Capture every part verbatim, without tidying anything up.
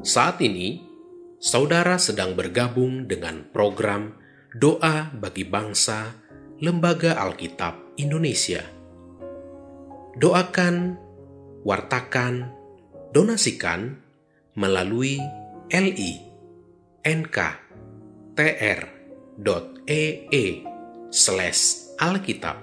Saat ini, saudara sedang bergabung dengan program Doa bagi Bangsa Lembaga Alkitab Indonesia. Doakan, wartakan, donasikan melalui li nkr.ee slash alkitab.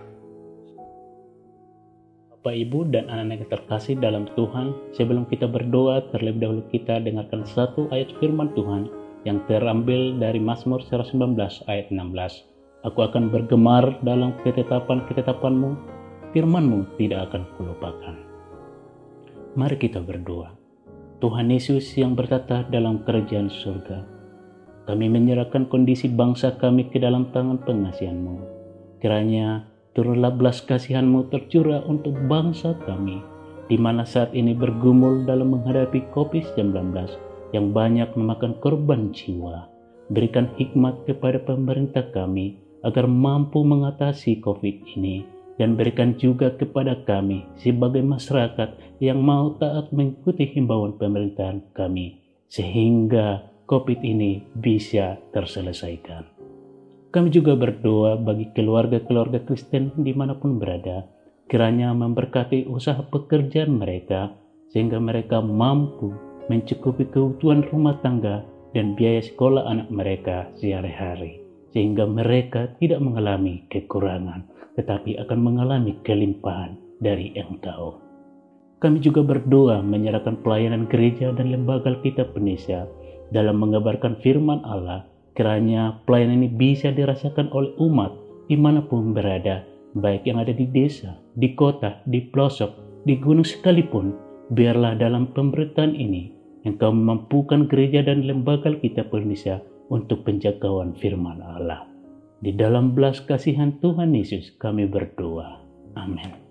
Bapak, Ibu, dan anak-anak yang terkasih dalam Tuhan, sebelum kita berdoa, terlebih dahulu kita dengarkan satu ayat firman Tuhan yang terambil dari Mazmur seratus sembilan belas ayat enam belas. Aku akan bergemar dalam ketetapan-ketetapan-Mu, firman-Mu tidak akan kulupakan. Mari kita berdoa. Tuhan Yesus yang bertata dalam kerajaan surga, kami menyerahkan kondisi bangsa kami ke dalam tangan pengasihan-Mu. Kiranya turunlah belas kasihan-Mu tercurah untuk bangsa kami, di mana saat ini bergumul dalam menghadapi covid sembilan belas yang banyak memakan korban jiwa. Berikan hikmat kepada pemerintah kami agar mampu mengatasi COVID ini, dan berikan juga kepada kami sebagai masyarakat yang mau taat mengikuti himbauan pemerintahan kami, sehingga COVID ini bisa terselesaikan. Kami juga berdoa bagi keluarga-keluarga Kristen dimanapun berada, kiranya memberkati usaha pekerjaan mereka, sehingga mereka mampu mencukupi kebutuhan rumah tangga dan biaya sekolah anak mereka sehari-hari, sehingga mereka tidak mengalami kekurangan, tetapi akan mengalami kelimpahan dari Engkau. Kami juga berdoa menyerahkan pelayanan gereja dan lembaga Alkitab Indonesia dalam mengabarkan firman Allah. Kiranya pelayanan ini bisa dirasakan oleh umat dimanapun berada, baik yang ada di desa, di kota, di pelosok, di gunung sekalipun. Biarlah dalam pemberitaan ini Engkau memampukan gereja dan lembaga Alkitab Indonesia untuk penjagauan firman Allah. Di dalam belas kasihan Tuhan Yesus kami berdoa. Amin.